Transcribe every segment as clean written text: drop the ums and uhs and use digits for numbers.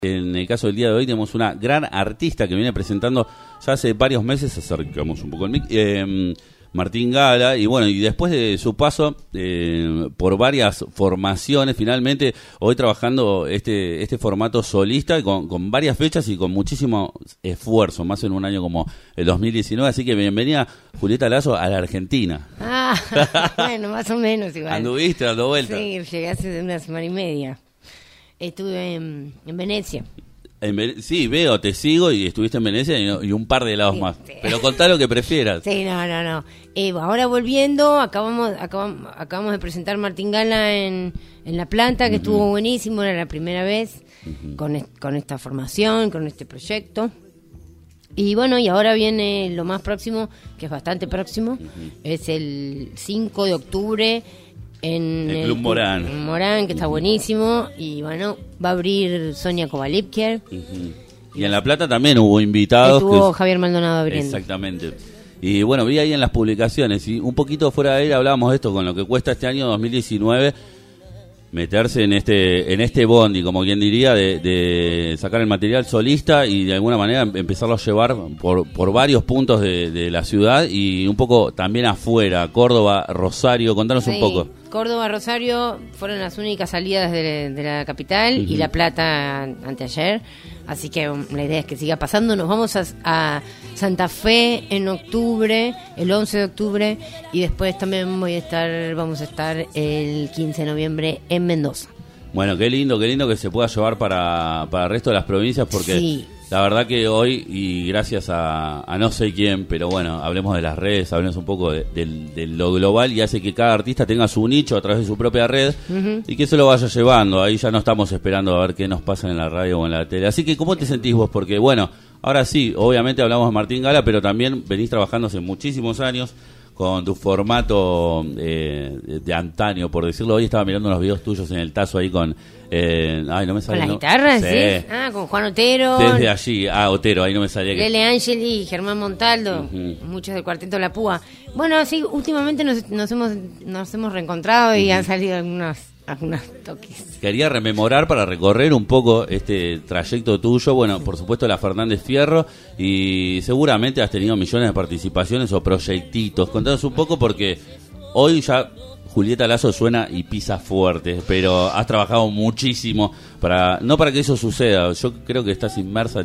En el caso del día de hoy tenemos una gran artista que viene presentando ya hace varios meses, acercamos un poco el mic, Martín Gala, y bueno, y después de su paso por varias formaciones, finalmente hoy trabajando este formato solista con varias fechas y con muchísimo esfuerzo, más en un año como el 2019, así que bienvenida Julieta Lazo a la Argentina. Bueno, más o menos igual. ¿Anduviste dando vueltas? Sí, llegué hace una semana y media. Estuve en Venecia. Sí, veo, te sigo y estuviste en Venecia y un par de lados más. Sí. Pero contá lo que prefieras. Sí, no. Ahora volviendo, acabamos de presentar Martín Gala en La Plata, que estuvo buenísimo, era la primera vez con esta formación, con este proyecto. Y bueno, y ahora viene lo más próximo, que es bastante próximo, es el 5 de octubre en el Club Morán. Morán, que está buenísimo, y bueno, va a abrir Sonia Kovalipker. Y en La Plata también hubo invitados. Estuvo Javier Maldonado abriendo. Exactamente. Y bueno, vi ahí en las publicaciones, y un poquito fuera de aire hablábamos de esto, con lo que cuesta este año 2019, meterse en este bondi, como quien diría, de sacar el material solista y de alguna manera empezarlo a llevar por varios puntos de la ciudad y un poco también afuera, Córdoba, Rosario, contanos un poco. Córdoba, Rosario fueron las únicas salidas de la capital y La Plata anteayer, así que la idea es que siga pasando. Nos vamos a Santa Fe en octubre, el 11 de octubre, y después también vamos a estar el 15 de noviembre en Mendoza. Bueno, qué lindo que se pueda llevar para el resto de las provincias, porque sí. La verdad que hoy, y gracias a no sé quién, pero bueno, hablemos de las redes, hablemos un poco de lo global, y hace que cada artista tenga su nicho a través de su propia red y que se lo vaya llevando. Ahí ya no estamos esperando a ver qué nos pasa en la radio o en la tele. Así que, ¿cómo te sentís vos? Porque bueno, ahora sí, obviamente hablamos de Martín Gala, pero también venís trabajando hace muchísimos años con tu formato de antaño, por decirlo. Hoy estaba mirando unos videos tuyos en el Tazo ahí con... no me sale, ¿con la guitarra? Sí. Con Juan Otero. Desde allí, Otero, ahí no me salía. Lele Angeli, Germán Montaldo, muchos del Cuarteto La Púa. Bueno, sí, últimamente nos hemos reencontrado y han salido algunos toques. Quería rememorar para recorrer un poco este trayecto tuyo. Bueno, por supuesto la Fernández Fierro, y seguramente has tenido millones de participaciones o proyectitos. Contanos un poco, porque hoy ya Julieta Lazo suena y pisa fuerte, pero has trabajado muchísimo no para que eso suceda. Yo creo que estás inmersa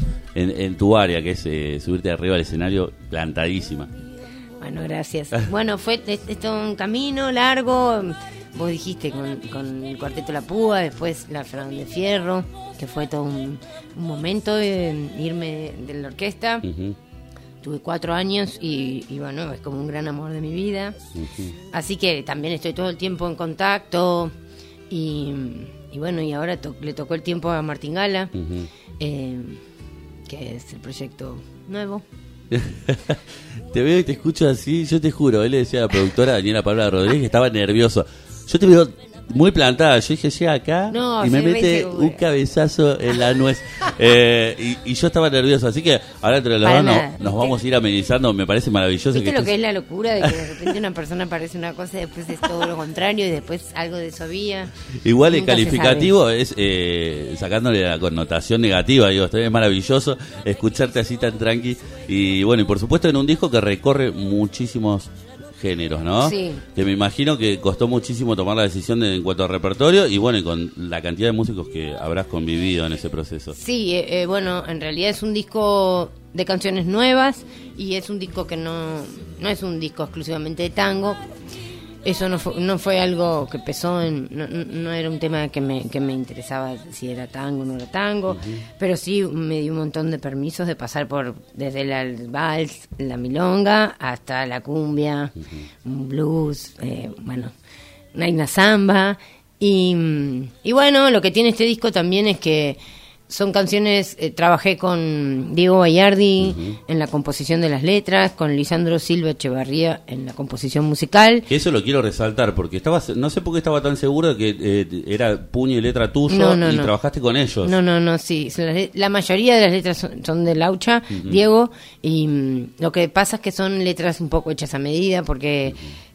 en tu área, que es subirte arriba al escenario plantadísima. Bueno, gracias. Bueno, fue esto un camino largo. Vos dijiste con el Cuarteto La Púa, después la Fernández Fierro, que fue todo un momento de irme de la orquesta. Tuve 4 años y bueno, es como un gran amor de mi vida. Así que también estoy todo el tiempo en contacto. Y bueno, y ahora le tocó el tiempo a Martín Gala, que es el proyecto nuevo. Te veo y te escucho así, yo te juro, él le decía a la productora Daniela Paula Rodríguez que estaba nervioso. Yo te veo muy plantada. Yo dije, llega acá y me mete un cabezazo en la nuez. Y yo estaba nervioso. Así que ahora entre los dos nos vamos a ir amenizando. Me parece maravilloso. ¿Viste lo que es la locura de que de repente una persona parece una cosa y después es todo lo contrario y después algo de eso había? Igual el calificativo es sacándole la connotación negativa. Digo, es maravilloso escucharte así tan tranqui. Y bueno, y por supuesto en un disco que recorre muchísimos géneros, ¿no? Sí. Que me imagino que costó muchísimo tomar la decisión en cuanto a repertorio y bueno, y con la cantidad de músicos que habrás convivido en ese proceso. Sí, bueno, en realidad es un disco de canciones nuevas y es un disco que no es un disco exclusivamente de tango. Eso no fue algo que pesó no era un tema que me interesaba si era tango o no era tango, pero sí me dio un montón de permisos de pasar desde el vals, la milonga, hasta la cumbia, un blues, una samba, y bueno, lo que tiene este disco también es que son canciones, trabajé con Diego Bayardi en la composición de las letras, con Lisandro Silva Echevarría en la composición musical. Eso lo quiero resaltar, porque no sé por qué estaba tan seguro de que era puño y letra tuyo y trabajaste con ellos. No, sí. La mayoría de las letras son de Laucha, Diego, y lo que pasa es que son letras un poco hechas a medida, porque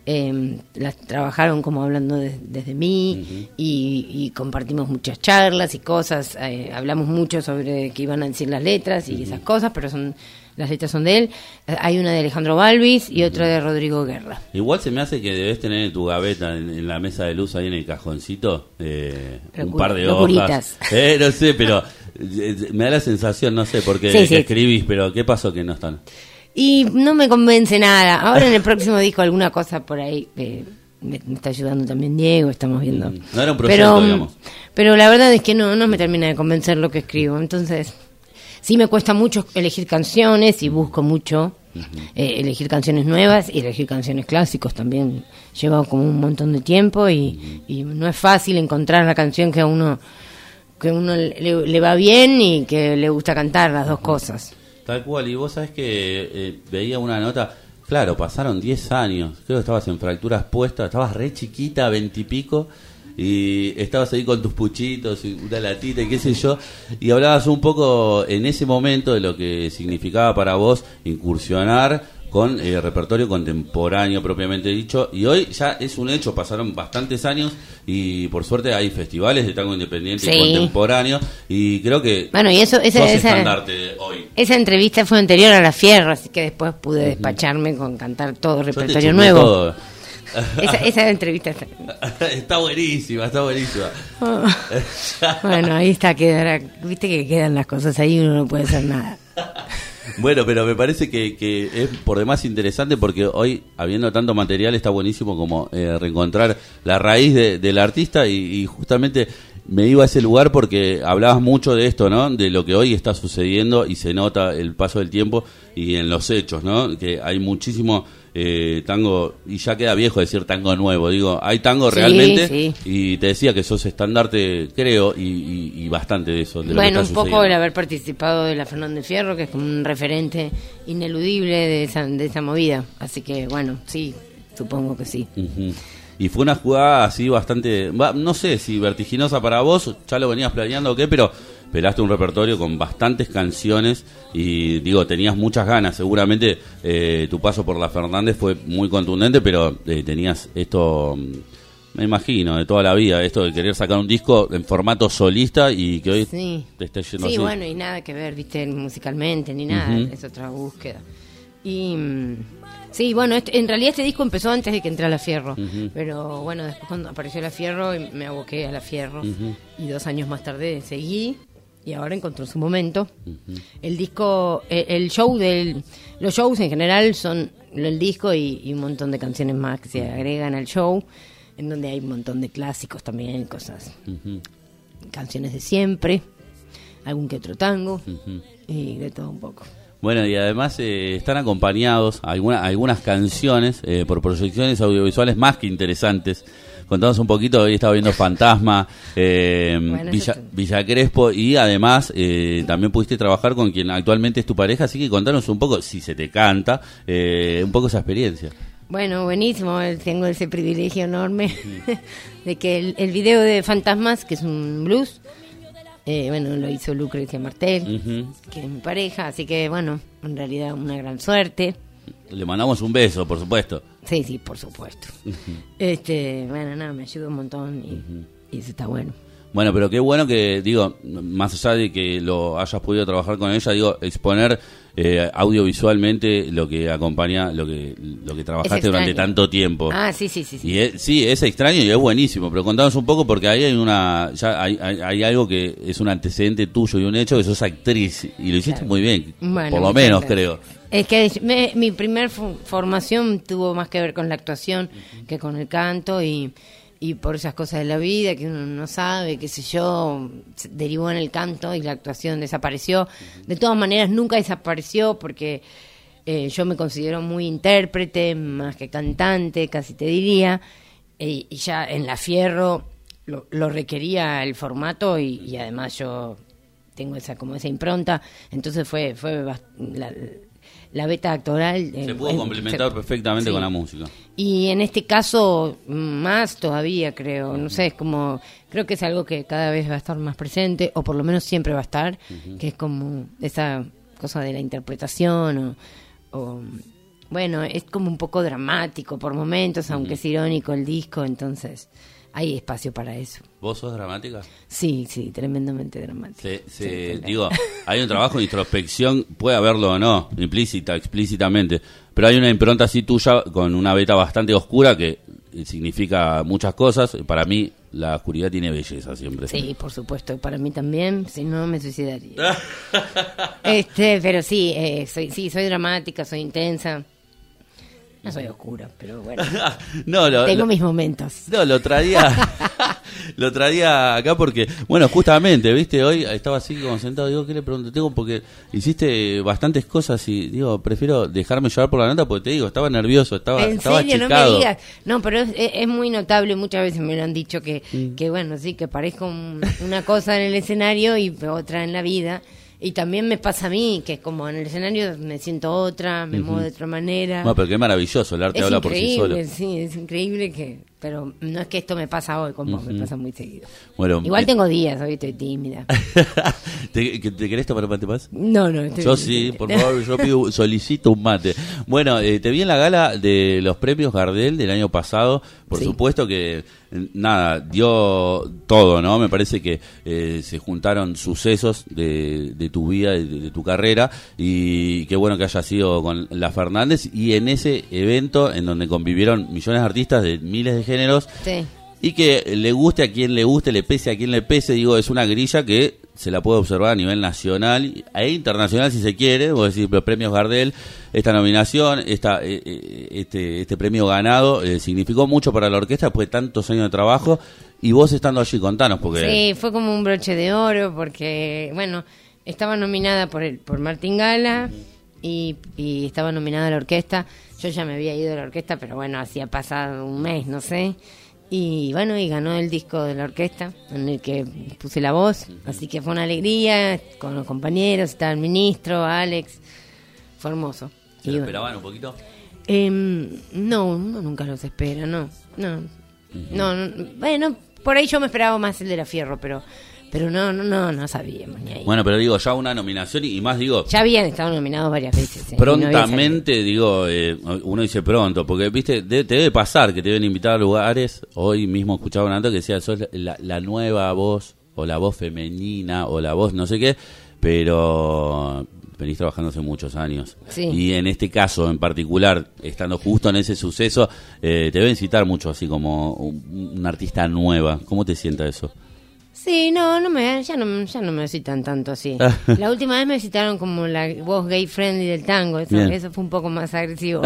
las trabajaron como hablando desde mí, y compartimos muchas charlas y cosas, hablamos mucho sobre qué iban a decir las letras y esas cosas, pero las letras son de él. Hay una de Alejandro Balvis y otra de Rodrigo Guerra. Igual se me hace que debes tener en tu gaveta, en la mesa de luz, ahí en el cajoncito, un par de hojas. No sé, pero me da la sensación, no sé, porque sí. escribís, pero ¿qué pasó que no están? Y no me convence nada. Ahora en el próximo disco alguna cosa por ahí me está ayudando también Diego, estamos viendo. No era un proyecto, digamos. Pero la verdad es que no me termina de convencer lo que escribo. Entonces, sí me cuesta mucho elegir canciones y busco mucho elegir canciones nuevas y elegir canciones clásicos también. Lleva como un montón de tiempo y no es fácil encontrar la canción que a uno le va bien y que le gusta cantar, las dos cosas. Tal cual, y vos sabés que veía una nota, claro, pasaron 10 años, creo que estabas en Fracturas Puestas, estabas re chiquita, 20 y pico, y estabas ahí con tus puchitos y una latita y qué sé yo, y hablabas un poco en ese momento de lo que significaba para vos incursionar con repertorio contemporáneo propiamente dicho, y hoy ya es un hecho, pasaron bastantes años y por suerte hay festivales de tango independiente y contemporáneo, y creo que bueno, y eso, esa estandarte hoy. Esa entrevista fue anterior a la Fierro, así que después pude despacharme con cantar todo repertorio nuevo. Todo. Esa entrevista está buenísima. Bueno, ahí está, viste que quedan las cosas ahí y uno no puede hacer nada. Bueno, pero me parece que es por demás interesante porque hoy, habiendo tanto material, está buenísimo como reencontrar la raíz del artista y justamente me iba a ese lugar porque hablabas mucho de esto, ¿no? De lo que hoy está sucediendo y se nota el paso del tiempo y en los hechos, ¿no? Que hay muchísimo tango, y ya queda viejo decir tango nuevo, digo, hay tango realmente, y te decía que sos estandarte, creo, y bastante de eso. De bueno, lo que un poco el haber participado de la Fernández Fierro, que es como un referente ineludible de esa movida, así que bueno, sí, supongo que sí. Y fue una jugada así bastante, no sé si vertiginosa para vos, ya lo venías planeando o qué, pero pelaste un repertorio con bastantes canciones y digo, tenías muchas ganas, seguramente tu paso por la Fernández fue muy contundente, pero tenías esto, me imagino, de toda la vida, esto de querer sacar un disco en formato solista y que hoy te esté yendo así. Sí, bueno, y nada que ver, viste, musicalmente, ni nada, es otra búsqueda. Y sí, bueno, en realidad este disco empezó antes de que entrara la Fierro, pero bueno, después cuando apareció la Fierro me aboqué a la Fierro y 2 años más tarde seguí y ahora encontró su momento. El disco, los shows en general son el disco y un montón de canciones más que se agregan al show, en donde hay un montón de clásicos también, cosas, canciones de siempre, algún que otro tango y de todo un poco. Bueno, y además están acompañados algunas canciones por proyecciones audiovisuales más que interesantes. Contanos un poquito, hoy estaba viendo Fantasma, bueno, Villa Crespo, y además también pudiste trabajar con quien actualmente es tu pareja, así que contanos un poco, si se te canta, un poco esa experiencia. Bueno, buenísimo, tengo ese privilegio enorme de que el video de Fantasmas, que es un blues, bueno, lo hizo Lucrecia Martel, que es mi pareja, así que bueno, en realidad una gran suerte. Le mandamos un beso, por supuesto. Sí, por supuesto. Bueno, nada, me ayuda un montón y eso está bueno. Bueno, pero qué bueno que, digo, más allá de que lo hayas podido trabajar con ella, digo, exponer audiovisualmente lo que acompaña, lo que trabajaste durante tanto tiempo. Ah, sí. Y sí, es extraño y es buenísimo, pero contanos un poco porque ahí hay algo que es un antecedente tuyo y un hecho, que sos actriz y lo hiciste muy bien, bueno, por lo menos gracias. Creo. Es que mi primer formación tuvo más que ver con la actuación que con el canto y por esas cosas de la vida que uno no sabe, qué sé yo, se derivó en el canto y la actuación desapareció. De todas maneras, nunca desapareció porque yo me considero muy intérprete, más que cantante, casi te diría, y ya en la Fierro lo requería el formato y además yo tengo esa impronta, entonces fue la beta actoral. Se pudo complementar perfectamente con la música. Y en este caso, más todavía, creo. No sé, creo que es algo que cada vez va a estar más presente, o por lo menos siempre va a estar, que es como esa cosa de la interpretación, o bueno, es como un poco dramático por momentos, aunque es irónico el disco, entonces hay espacio para eso. ¿Vos sos dramática? Sí, tremendamente dramática. Digo, hay un trabajo de introspección, puede haberlo o no, implícita, explícitamente, pero hay una impronta así tuya con una beta bastante oscura que significa muchas cosas. Para mí la oscuridad tiene belleza siempre. Sí, por supuesto, para mí también, si no me suicidaría. Pero sí, soy dramática, soy intensa. No soy oscura, pero bueno. Tengo mis momentos. No, lo traía acá porque, bueno, justamente, viste, hoy estaba así como sentado, digo, ¿qué le pregunto? Porque hiciste bastantes cosas y, digo, prefiero dejarme llevar por la nota porque te digo, estaba nervioso, estaba achicado. ¿En serio? No me digas. No, pero es muy notable, muchas veces me lo han dicho que bueno, sí, que parezco una cosa en el escenario y otra en la vida. Y también me pasa a mí, que como en el escenario me siento otra, me muevo de otra manera. Bueno, pero qué maravilloso, el arte habla por sí solo. Sí, es increíble pero no es que esto me pasa hoy con vos, me pasa muy seguido. Bueno, igual tengo días, hoy estoy tímida. ¿Te querés tomar un mate más? No. Yo sí, por favor, solicito un mate. Bueno, te vi en la gala de los premios Gardel del año pasado, por supuesto que nada, dio todo, ¿no? Me parece que se juntaron sucesos de tu vida, de tu carrera, y qué bueno que haya sido con la Fernández, y en ese evento en donde convivieron millones de artistas de miles de géneros, y que le guste a quien le guste, le pese a quien le pese, digo, es una grilla que se la puede observar a nivel nacional e internacional si se quiere. Vos decís, los premios Gardel, esta nominación, este premio ganado, significó mucho para la orquesta después de tantos años de trabajo, y vos estando allí, contanos. Porque sí, fue como un broche de oro, porque, bueno, estaba nominada por Martín Gala, y estaba nominada a la orquesta. Yo ya me había ido de la orquesta, pero bueno, hacía pasado un mes, no sé. Y bueno, y ganó el disco de la orquesta en el que puse la voz, así que fue una alegría con los compañeros, estaba el ministro, Alex, fue hermoso. ¿Se lo esperaban un poquito? No, uno nunca los espera, no, bueno, por ahí yo me esperaba más el de la Fierro, pero no sabíamos ni ahí. Bueno, pero digo, ya una nominación y más, digo, ya habían estado nominados varias veces. Prontamente, digo, uno dice pronto, porque, viste, te debe pasar que te deben invitar a lugares. Hoy mismo escuchaba una nota que decía, sos la nueva voz, o la voz femenina, o la voz no sé qué, pero venís trabajando hace muchos años. Sí. Y en este caso en particular, estando justo en ese suceso, te deben citar mucho así como una artista nueva. ¿Cómo te sienta eso? Sí, ya no me citan tanto así. La última vez me citaron como la voz gay friendly del tango, eso fue un poco más agresivo.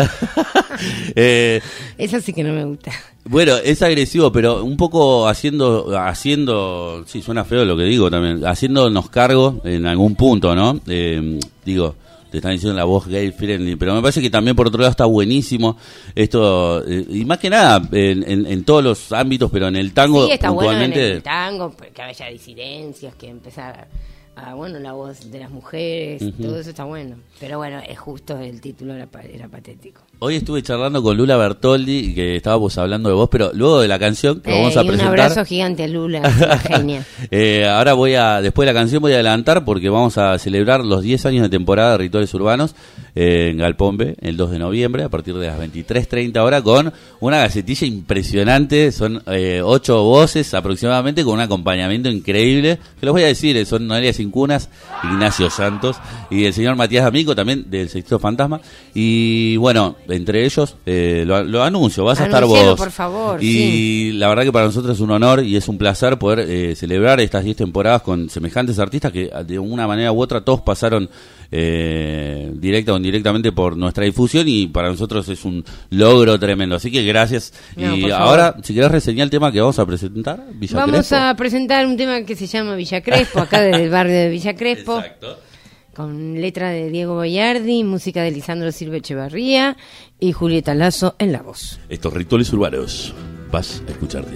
Eso sí que no me gusta. Bueno, es agresivo, pero un poco haciendo, sí, suena feo lo que digo también, haciéndonos cargo en algún punto, ¿no? Digo, te están diciendo la voz gay friendly, pero me parece que también por otro lado está buenísimo esto, y más que nada en todos los ámbitos, pero en el tango sí, está puntualmente. Bueno en el tango, que haya disidencias, que empezar la voz de las mujeres, todo eso está bueno, pero bueno, es justo el título era patético. Hoy estuve charlando con Lula Bertoldi, que estábamos hablando de vos, pero luego de la canción que vamos a presentar. Un abrazo gigante a Lula, una genia. Ahora después de la canción voy a adelantar porque vamos a celebrar los 10 años de temporada de Rituales Urbanos en Galpón B, el 2 de noviembre, a partir de las 23:30 horas, con una gacetilla impresionante, son 8 voces aproximadamente, con un acompañamiento increíble, que los voy a decir, son Noelia Cincunas, Ignacio Santos y el señor Matías D'Amico, también del Sexteto Fantasma, y bueno, entre ellos lo anuncio, vas a estar vos, por favor, y sí. La verdad que para nosotros es un honor y es un placer poder celebrar estas 10 temporadas con semejantes artistas que de una manera u otra todos pasaron directa o indirectamente por nuestra difusión, y para nosotros es un logro tremendo, así que gracias. Y ahora, si querés reseñar el tema que vamos a presentar, Villa Crespo. A presentar un tema que se llama Villa Crespo, acá desde el barrio de Villa Crespo. Exacto. Con letra de Diego Boiardi, música de Lisandro Silva Echevarría y Julieta Lazo en la voz. Estos Rituales Urbanos, vas a escucharte.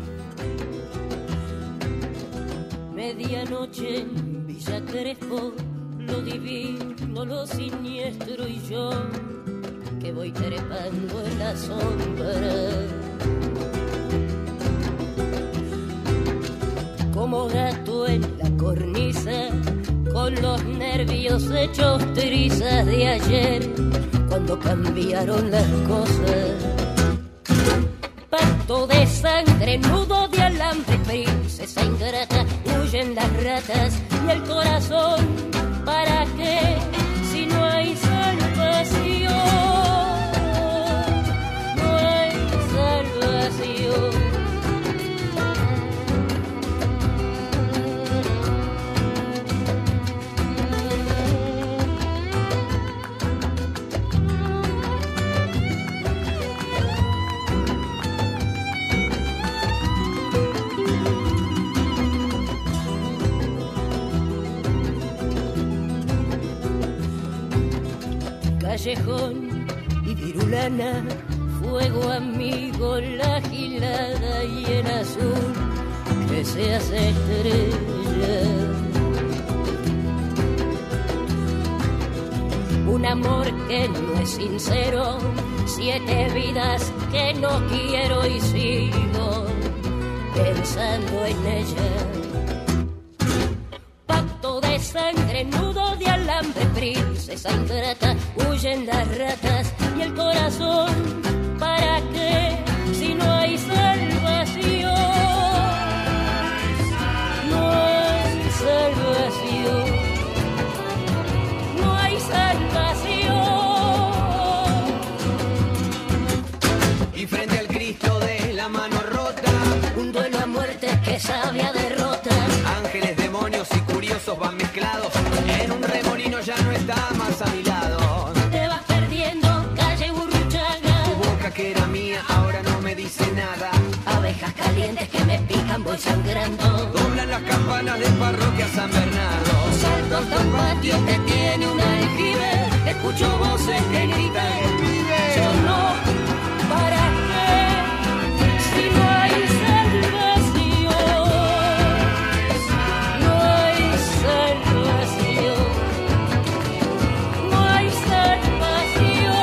Medianoche en Villa Crespo, lo divino, lo siniestro y yo, que voy trepando en la sombra. Como gato en la cornisa, con los nervios hechos trizas de ayer, cuando cambiaron las cosas. Pacto de sangre, nudo de alambre, princesa ingrata, huyen las ratas y el corazón, ¿para qué? Si no hay salvación, no hay salvación. Callejón y virulana, fuego amigo, la gilada y el azul que se hace estrella. Un amor que no es sincero, 7 vidas que no quiero y sigo pensando en ella. De sangre, nudo de alambre, princesa ingrata, huyen las ratas y el corazón, ¿para qué? Si no hay salvación, no hay salvación, no hay salvación. Y frente al Cristo de la mano rota, un duelo a muerte que sabe a derrota. Ángeles, demonios y curiosos van mezclados en un remolino, ya no está más a mi lado. Te vas perdiendo, calle Burruchaga. Tu boca que era mía ahora no me dice nada. Abejas calientes que me pican, voy sangrando. Doblan las campanas de parroquia San Bernardo. Salto hasta un patio que tiene un aljibe. Escucho voces que gritan, yo no, ¿para qué? Si no hay salvación, no hay salvación, no hay salvación.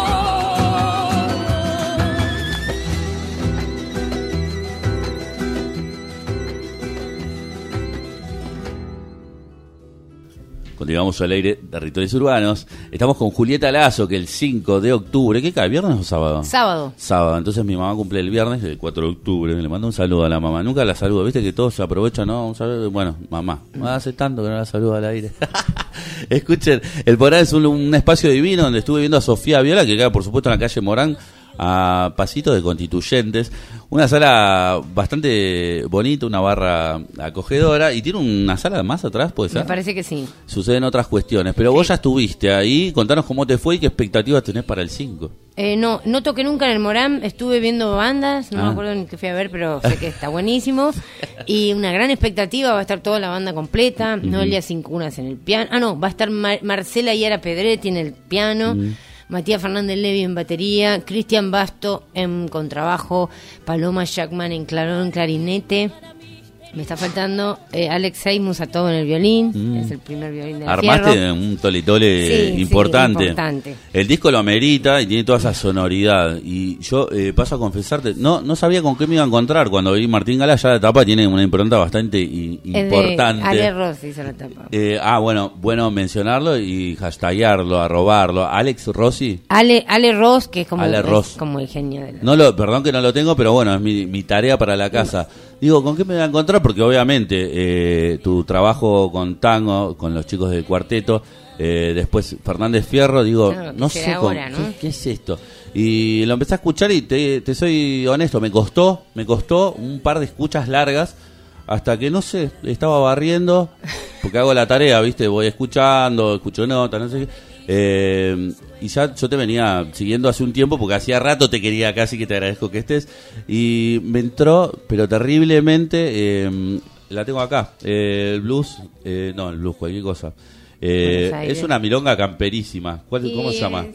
Continuamos al aire de Rituales Urbanos. Estamos con Julieta Lazo, que el 5 de octubre, ¿qué cae? ¿Viernes o sábado? Sábado. Sábado. Entonces mi mamá cumple el viernes, el 4 de octubre. Le mando un saludo a la mamá. Nunca la saludo, viste que todos se aprovechan, ¿no? Un saludo. Bueno, mamá, hace tanto que no la saludo al aire. Escuchen, el Porá es un espacio divino donde estuve viendo a Sofía Viola, que queda por supuesto en la calle Morán, a pasito de Constituyentes. Una sala bastante bonita, una barra acogedora, y tiene una sala más atrás, ¿puede ser? Me parece que sí. Suceden otras cuestiones, pero vos ya estuviste ahí. Contanos cómo te fue y qué expectativas tenés para el 5. No toqué nunca en el Morán, estuve viendo bandas, no me acuerdo ni qué fui a ver, pero sé que está buenísimo. Y una gran expectativa, va a estar toda la banda completa, Noelia Cincunas en el piano. Va a estar Marcela Yara Pedretti en el piano, Matías Fernández Levy en batería, Cristian Basto en contrabajo, Paloma Jackman en clarinete. Me está faltando Alex Seymour Musatov en el violín, es el primer violín de Armaste Fierro. un tole-tole importante. Sí, importante. El disco lo amerita y tiene toda esa sonoridad. Y yo paso a confesarte, no sabía con qué me iba a encontrar cuando vi Martín Galá. Ya la tapa tiene una impronta bastante importante. Ale Ross hizo la tapa. Bueno mencionarlo y hashtaguearlo, arrobarlo. Alex Rossi. Ale Ross, que es como, Ale Ross. como el genio de la... Perdón que no lo tengo, pero bueno, es mi tarea para la casa. Digo, ¿con qué me voy a encontrar? Porque obviamente tu trabajo con tango, con los chicos del cuarteto, después Fernández Fierro, digo, Claro, no sé ahora, ¿no? ¿qué es esto. Y lo empecé a escuchar y te soy honesto, me costó un par de escuchas largas, hasta que, no sé, estaba barriendo, porque hago la tarea, ¿viste? Voy escuchando, escucho notas, no sé qué. Y ya yo te venía siguiendo hace un tiempo, porque hacía rato te quería, casi que te agradezco que estés, y me entró, pero terriblemente, la tengo acá, el blues, cualquier cosa, es una milonga camperísima. ¿Cómo se llama?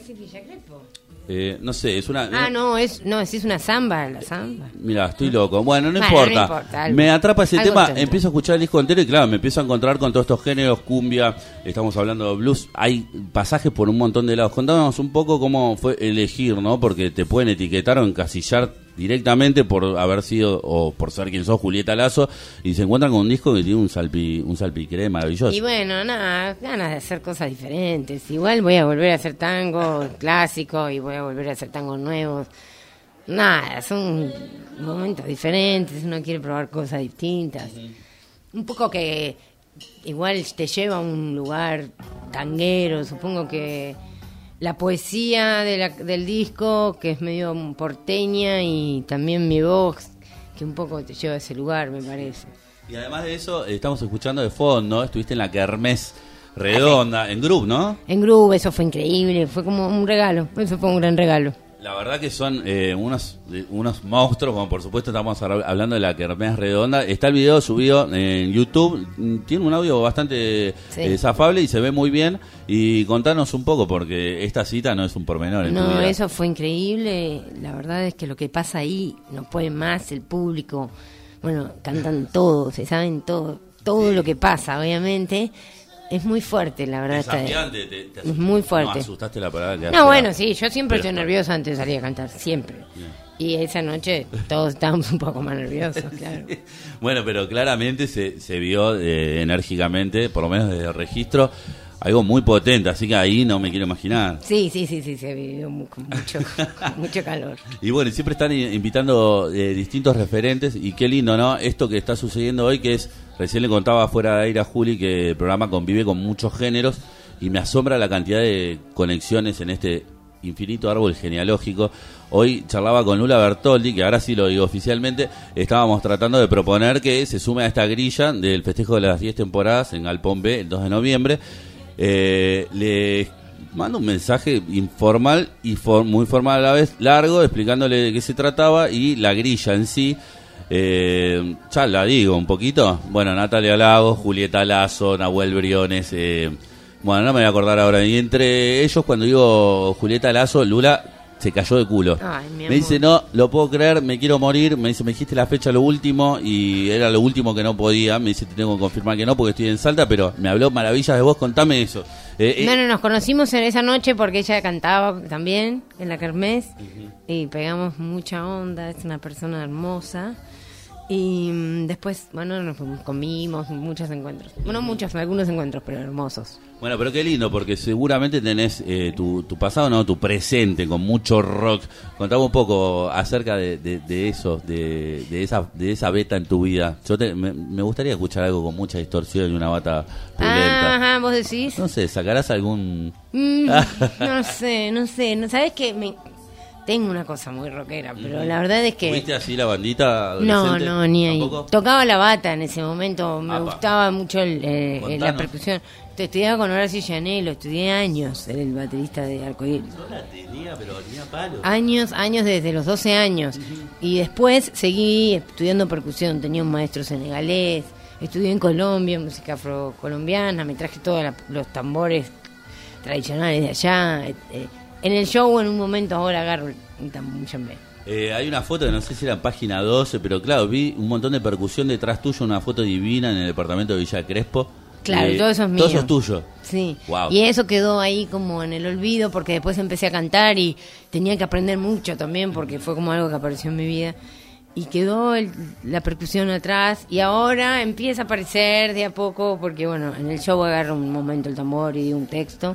No sé, es una... es una samba, la samba. Mira, estoy loco. Bueno, no importa. Me atrapa ese tema, empiezo a escuchar el disco entero y claro, me empiezo a encontrar con todos estos géneros, cumbia, estamos hablando de blues, hay pasajes por un montón de lados. Contanos un poco cómo fue elegir, ¿no? Porque te pueden etiquetar o encasillar directamente por haber sido o por ser quien sos Julieta Lazo, y se encuentran con un disco que tiene un salpicré maravilloso. Y bueno, nada, ganas de hacer cosas diferentes. Igual voy a volver a hacer tango clásico y voy a volver a hacer tangos nuevos. Nada, son momentos diferentes, uno quiere probar cosas distintas. Un poco que igual te lleva a un lugar tanguero, supongo que la poesía del disco, que es medio porteña, y también mi voz, que un poco te lleva a ese lugar, me parece. Y además de eso, estamos escuchando de fondo, estuviste en la Kermés Redonda, en Groove, ¿no? En Groove, eso fue increíble, fue como un regalo, eso fue un gran regalo. La verdad que son unos monstruos, como por supuesto estamos hablando de la Kermés Redonda. Está el video subido en YouTube, tiene un audio bastante zafable y se ve muy bien. Y contanos un poco, porque esta cita no es un pormenor en tu vida. No, eso fue increíble. La verdad es que lo que pasa ahí no puede más, el público. Bueno, cantan todos, se saben todo lo que pasa, obviamente. Es muy fuerte, la verdad. Desafiante, es muy fuerte. No, asustaste la palabra. No, bueno, sí, yo siempre estoy nerviosa antes de salir a cantar, siempre. Bien. Y esa noche todos estábamos un poco más nerviosos, claro. Bueno, pero claramente se vio enérgicamente, por lo menos desde el registro, algo muy potente, así que ahí no me quiero imaginar. Sí, se vivió con mucho calor. Y bueno, siempre están invitando distintos referentes, y qué lindo, ¿no? Esto que está sucediendo hoy, que es, recién le contaba fuera de aire a Juli que el programa convive con muchos géneros, y me asombra la cantidad de conexiones en este infinito árbol genealógico. Hoy charlaba con Lula Bertoldi, que ahora sí lo digo oficialmente, estábamos tratando de proponer que se sume a esta grilla del festejo de las 10 temporadas en Galpón B el 2 de noviembre. Le mando un mensaje informal y muy formal a la vez, largo, explicándole de qué se trataba y la grilla en sí. Ya la digo un poquito. Bueno, Natalia Lagos, Julieta Lazo, Nahuel Briones, bueno, no me voy a acordar ahora. Y entre ellos, cuando digo Julieta Lazo, Lula se cayó de culo. Ay, me dice, no lo puedo creer, me quiero morir. Me dice, me dijiste la fecha lo último, y era lo último que no podía. Me dice, te tengo que confirmar que no, porque estoy en Salta, pero me habló maravillas de vos, contame eso. No, nos conocimos en esa noche porque ella cantaba también en la Kermés, y pegamos mucha onda. Es una persona hermosa. Y después, bueno, nos comimos muchos encuentros. Bueno, algunos encuentros, pero hermosos. Bueno, pero qué lindo, porque seguramente tenés tu pasado, no, tu presente, con mucho rock. Contame un poco acerca de eso, de esa beta en tu vida. Me gustaría escuchar algo con mucha distorsión y una bata pulenta. Ajá, ¿vos decís? No sé, ¿sacarás algún...? No sé, ¿sabés qué? Tengo una cosa muy rockera, pero la verdad es que... ¿Tuviste así la bandita adolescente? No, ni ahí. ¿Tampoco? Tocaba la bata en ese momento, me Apa. gustaba mucho la percusión. Te estudiaba con Horacio Llanelo, estudié años, era el baterista de Arcoíris. No la tenía, pero tenía palo. Años desde los 12 años. Y después seguí estudiando percusión, tenía un maestro senegalés, estudié en Colombia, música afrocolombiana, me traje todos los tambores tradicionales de allá. En el show, en un momento, ahora agarro un chambé. Hay una foto que no sé si era en página 12, pero claro, vi un montón de percusión detrás tuyo, una foto divina en el departamento de Villa Crespo. Claro, todo eso es mío. Todo eso es tuyo. Sí, Wow. Y eso quedó ahí como en el olvido, porque después empecé a cantar y tenía que aprender mucho también, porque fue como algo que apareció en mi vida. Y quedó la percusión atrás, y ahora empieza a aparecer de a poco, porque bueno, en el show agarro un momento el tambor y digo un texto.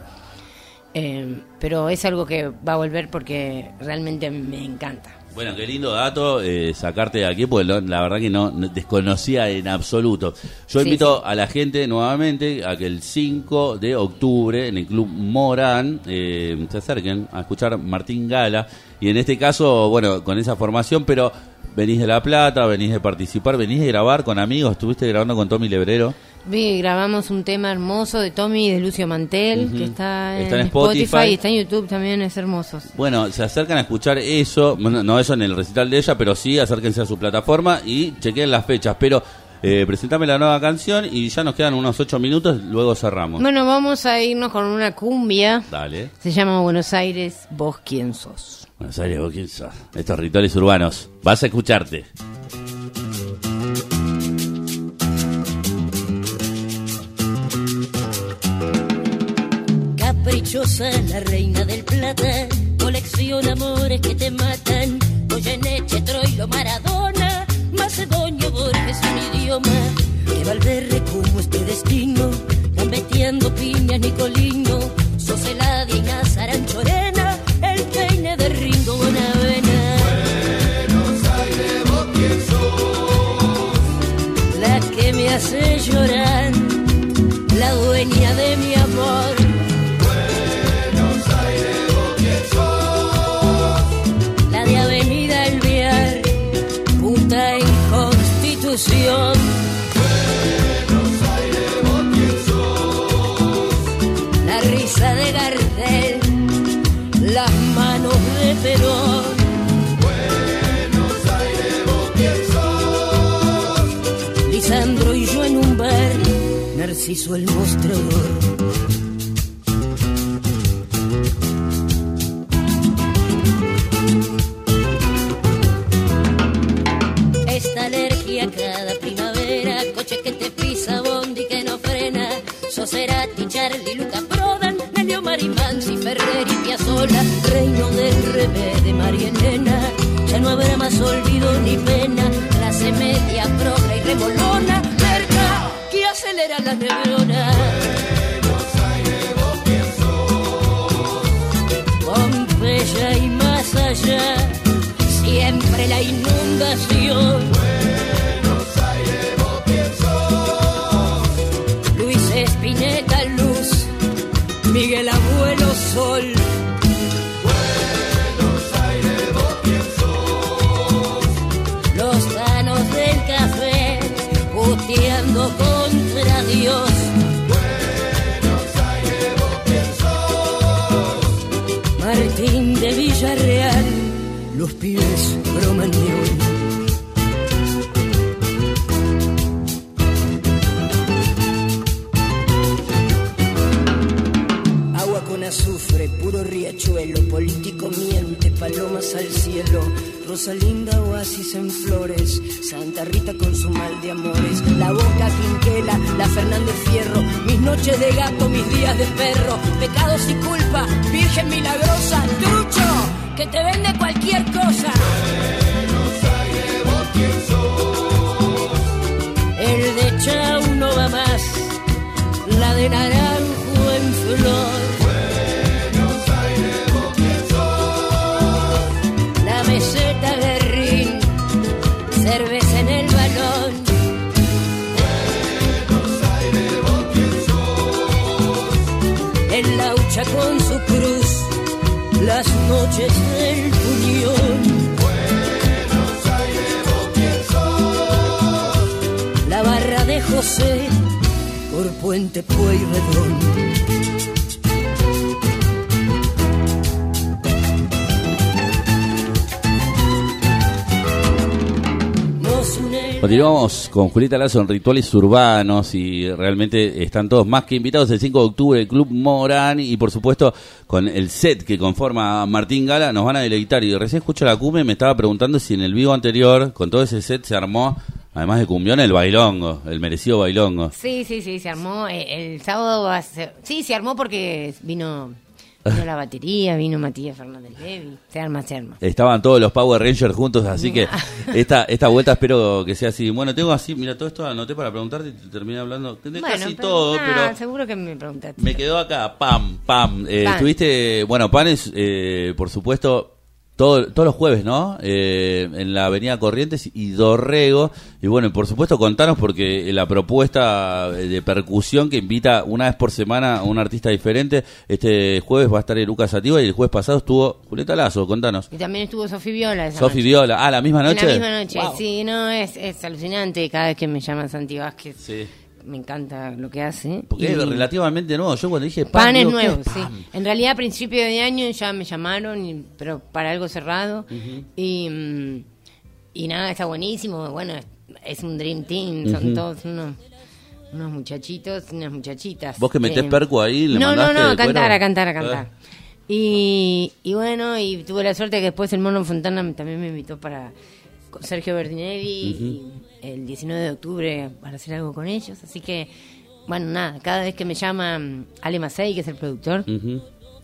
Pero es algo que va a volver porque realmente me encanta. Bueno, qué lindo dato sacarte de aquí, porque la verdad que no desconocía en absoluto. Yo invito a la gente nuevamente a que el 5 de octubre en el Club Morán se acerquen a escuchar Martín Gala, y en este caso, bueno, con esa formación, pero venís de La Plata, venís de participar, venís de grabar con amigos, estuviste grabando con Tommy Lebrero. Grabamos un tema hermoso de Tommy y de Lucio Mantel, que está en Spotify y está en YouTube también, es hermoso. Bueno, se acercan a escuchar eso, bueno, no eso en el recital de ella, pero sí acérquense a su plataforma y chequen las fechas, pero presentame la nueva canción y ya nos quedan unos 8 minutos, luego cerramos. Bueno, vamos a irnos con una cumbia. Dale. Se llama Buenos Aires, ¿vos quién sos? Buenos Aires, ¿vos quién sos? Estos rituales urbanos, vas a escucharte. Caprichosa, la reina del plata, colecciona amores que te matan. Goyeneche, Troilo, Maradona, Macedonio, Borges, un idioma. Que Valverde como este destino, gambeteando Piñas, Nicolino, Soceladi, Nazarán, Chorena, el peine de Ringo Bonavena. Buenos Aires, vos quién sos, La que me hace llorar, la dueña de mi amor. Buenos Aires, vos quién sos, La de Avenida Alvear, puta en Constitución. Buenos Aires, vos quién sos, La risa de Gardel, las manos de Perón. Buenos Aires, vos quién sos, Lisandro y yo en un bar, Narciso el mostrador. Esta alergia cada primavera, coche que te pisa, bondi que no frena, Socerati, Charlie, Luca Prodan, Nelio Marimansi, Ferrer y Piazzolla, reino del revés de María Elena, ya no habrá más olvido ni pena, clase media, progre y remolona, merca que acelera la neurona. Buenos Aires, vos quién sos, Pompeya y más allá, siempre la inundación. Buenos Aires, vos quién sos, Luis Espineta, Luz, Miguel Abuelo, Sol. Buenos Aires, vos quién sos, Los tanos del café, puteando contra Dios. Buenos Aires, vos quién sos, Martín de Villarreal, los pibes Cromañón. Agua con azufre, puro riachuelo, político miente, palomas al cielo, Rosalinda, oasis en flores, Santa Rita con su mal de amores, la Boca, Quinquela, la Fernández Fierro, mis noches de gato, mis días de perro, pecados y culpa, Virgen milagrosa, trucho, que te vende cualquier cosa. Buenos Aires, vos quién sos, El de Chau no va más, la de Naranjo en flor, Buenos Aires, vos quién sos, la meseta Guerrín, cerveza en el balón, Buenos Aires, vos quién sos, el laucha con su cruz, las noches del puñón, Buenos Aires, vos quién sos, la barra de José por Puente Pueyrredón. Nos une Continuamos con Julieta Lazo en Rituales Urbanos y realmente están todos más que invitados el 5 de octubre el Club Morán y por supuesto con el set que conforma Martín Gala nos van a deleitar y recién escucho la cumbia y me estaba preguntando si en el vivo anterior con todo ese set se armó además de cumbión el bailongo, el merecido bailongo. Sí, se armó. El sábado va a ser... Sí, se armó porque vino la batería, vino Matías Fernández Levi. Se arma. Estaban todos los Power Rangers juntos, así que esta vuelta espero que sea así. Bueno, tengo así, mira, todo esto anoté para preguntarte y te terminé hablando de casi todo, pero seguro que me preguntaste. me quedó acá, pam. Estuviste, bueno, Panes, por supuesto, todos los jueves, ¿no? En la Avenida Corrientes y Dorrego. Y bueno, y por supuesto contanos porque la propuesta de percusión que invita una vez por semana a un artista diferente, este jueves va a estar Lucas Sativa y el jueves pasado estuvo Julieta Lazo, contanos. Y también estuvo Sofi Viola esa Sofi noche. Viola, ¿la misma noche? La misma noche, Wow. sí, no, es alucinante cada vez que me llaman Santi Vázquez. Sí. Me encanta lo que hace. Porque Y es relativamente nuevo. Yo cuando dije Pan es digo, nuevo, ¿qué es sí. Pan? En realidad a principio de año ya me llamaron, pero para algo cerrado. Y nada, está buenísimo. Bueno, es un Dream Team, son todos unos muchachitos y unas muchachitas. Vos que metés percu ahí, le No, mandaste a de cantar, cuero. a cantar. Y bueno, y tuve la suerte que después el Mono Fontana también me invitó para con Sergio Berdinelli y el 19 de octubre para hacer algo con ellos. Así que, bueno, nada, cada vez que me llama Ale Macei, que es el productor, Ujú.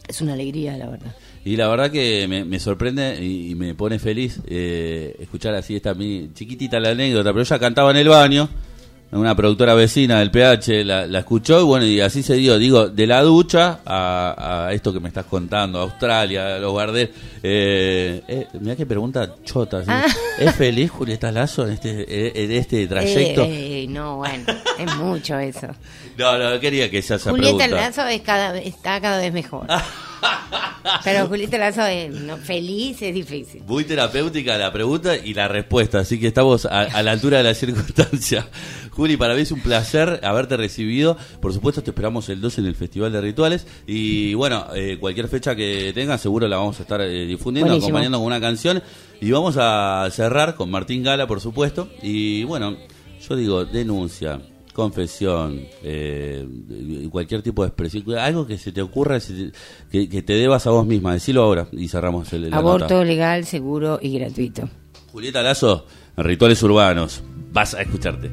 Es una alegría, la verdad. Y la verdad que me sorprende y me pone feliz escuchar así esta chiquitita la anécdota, pero ella cantaba en el baño, una productora vecina del PH la escuchó y bueno, y así se dio, digo, de la ducha a esto que me estás contando, a Australia, a los Gardel. Mirá qué pregunta chota, ¿sí? ¿Es feliz Julieta Lazo en este trayecto? No, bueno, es mucho eso. No, quería que sea esa Julieta pregunta. Lazo está cada vez mejor. Pero Julieta Lazo feliz es difícil. Muy terapéutica la pregunta y la respuesta, así que estamos a la altura de la circunstancia. Juli, para mí es un placer haberte recibido. Por supuesto, te esperamos el 2 en el Festival de Rituales. Y bueno, cualquier fecha que tengas, seguro la vamos a estar difundiendo, Buenísimo. acompañando con una canción. Y vamos a cerrar con Martín Gala, por supuesto. Y bueno, yo digo, denuncia, confesión, cualquier tipo de expresión, algo que se te ocurra, que te debas a vos misma. Decilo ahora y cerramos la Aborto nota. legal, seguro y gratuito. Julieta Lazo, en Rituales Urbanos. Vas a escucharte.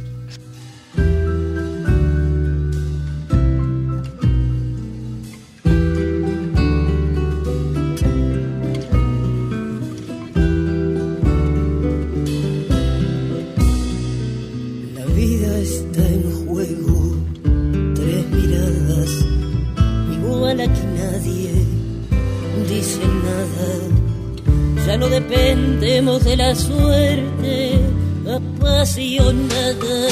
La vida está en juego, 3 miradas, igual aquí nadie dice nada. Ya no dependemos de la suerte apasionada.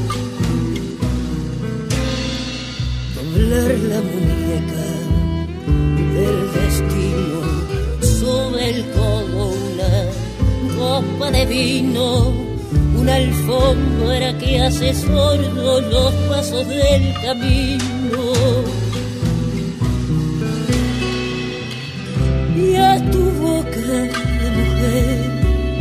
Doblar la muñeca del destino, sobre el codo una copa de vino, una alfombra que hace sordos los pasos del camino. Y a tu boca de mujer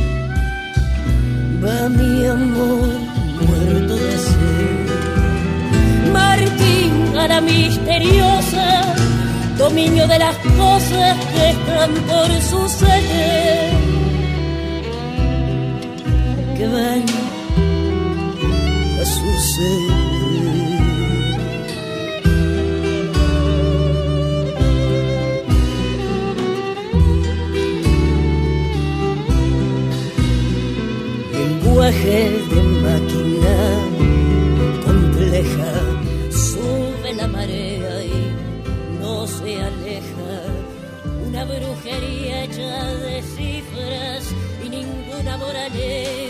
va mi amor muerto de sed. Martín, a la misteriosa, dominio de las cosas que están por suceder, que van a suceder. Lenguaje de máquina compleja, sube la marea y no se aleja. Una brujería hecha de cifras y ninguna moraleja.